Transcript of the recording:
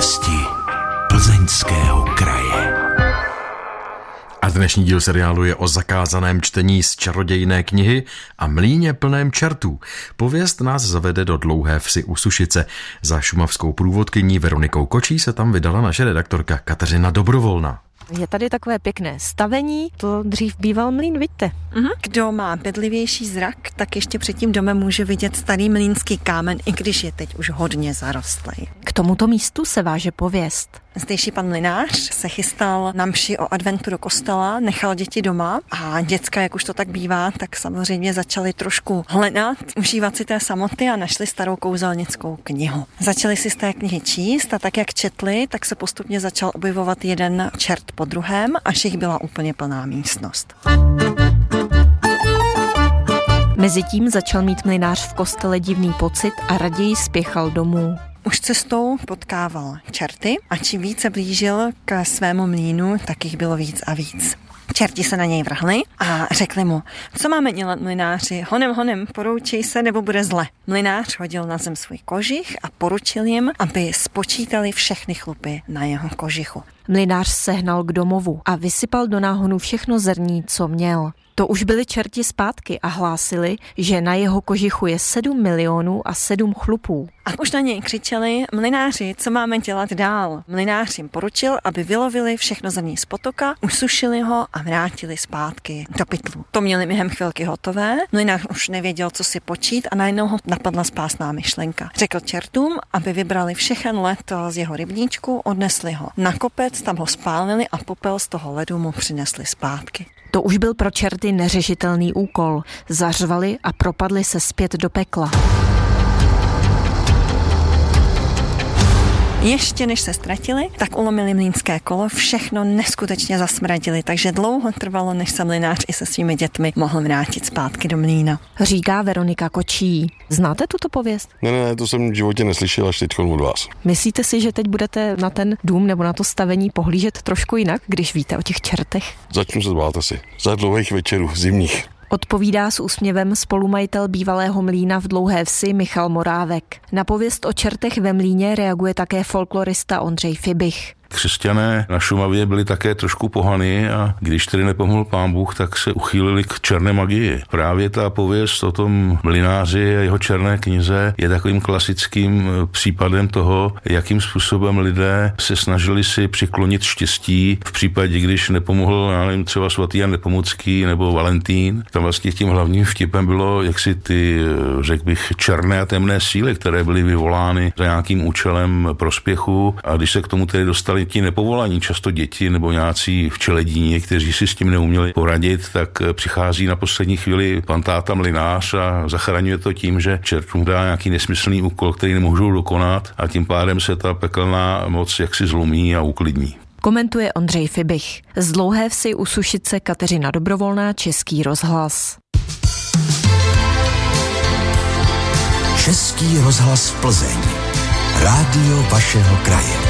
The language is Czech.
Události Plzeňského kraje. A dnešní díl seriálu je o zakázaném čtení z čarodějné knihy a mlýně plném čertů. Pověst nás zavede do Dlouhé Vsi u Sušice. Za šumavskou průvodkyní Veronikou Kočí se tam vydala naše redaktorka Kateřina Dobrovolná. Je tady takové pěkné stavení, to dřív býval mlýn, vidíte? Kdo má bedlivější zrak, tak ještě před tím domem může vidět starý mlýnský kámen, i když je teď už hodně zarostlý. K tomuto místu se váže pověst. Zdejší pan mlynář se chystal na mši o adventu do kostela, nechal děti doma a děcka, jak už to tak bývá, tak samozřejmě začali trošku hledat, užívat si té samoty a našli starou kouzelnickou knihu. Začali si z té knihy číst a tak, jak četli, tak se postupně začal objevovat jeden čert po druhém, až jich byla úplně plná místnost. Mezitím začal mít mlynář v kostele divný pocit a raději spěchal domů. Už cestou potkával čerty a čím více blížil k svému mlýnu, tak jich bylo víc a víc. Čerti se na něj vrhli a řekli mu, co máme dělat, mlynáři, honem, poroučej se, nebo bude zle. Mlynář hodil na zem svůj kožich a poručil jim, aby spočítali všechny chlupy na jeho kožichu. Mlynář sehnal k domovu a vysypal do náhonu všechno zrní, co měl. To už byli čerti zpátky a hlásili, že na jeho kožichu je 7 milionů a 7 chlupů. A už na něj křičeli, mlynáři, co máme dělat dál? Mlynář jim poručil, aby vylovili všechno zrní z potoka, usušili ho a vrátili zpátky do pytlů. To měli během chvilky hotové, mlynář už nevěděl, co si počít a najednou ho napadla spásná myšlenka. Řekl čertům, aby vybrali všechen led z jeho rybníčku, odnesli ho na kopec, tam ho spálili a popel z toho ledu mu přinesli zpátky. To už byl pro čerty neřešitelný úkol. Zařvali a propadli se zpět do pekla. Ještě než se ztratili, tak ulomili mlýnské kolo, všechno neskutečně zasmradili, takže dlouho trvalo, než se mlynář i se svými dětmi mohl vrátit zpátky do mlýna. Říká Veronika Kočí. Znáte tuto pověst? Ne, to jsem v životě neslyšel až teď od vás. Myslíte si, že teď budete na ten dům nebo na to stavení pohlížet trošku jinak, když víte o těch čertech? Začnu se bát asi. Za dlouhých večerů, zimních. Odpovídá s úsměvem spolumajitel bývalého mlýna v Dlouhé Vsi Michal Morávek. Na pověst o čertech ve mlýně reaguje také folklorista Ondřej Fibich. Křesťané na Šumavě byli také trošku pohany a když tedy nepomohl Pán Bůh, tak se uchýlili k černé magii. Právě ta pověst o tom mlynáři a jeho černé knize je takovým klasickým případem toho, jakým způsobem lidé se snažili si přiklonit štěstí v případě, když nepomohl, já nevím, třeba svatý Jan Nepomucký nebo Valentín. Tam vlastně tím hlavním vtipem bylo, jak si ty, řekl bych, černé a temné síly, které byly vyvolány za nějakým účelem prospěchu, a když se k tomu tedy dostali ti nepovolaní, často děti nebo nějací včeledíni, kteří si s tím neuměli poradit, tak přichází na poslední chvíli pan táta mlynář a zachraňuje to tím, že čertům dá nějaký nesmyslný úkol, který nemůžou dokonat, a tím pádem se ta pekelná moc jaksi zlomí a uklidní. Komentuje Ondřej Fibich. Z Dlouhé Vsi u Sušice Kateřina Dobrovolná, Český rozhlas. Český rozhlas Plzeň. Rádio vašeho kraje.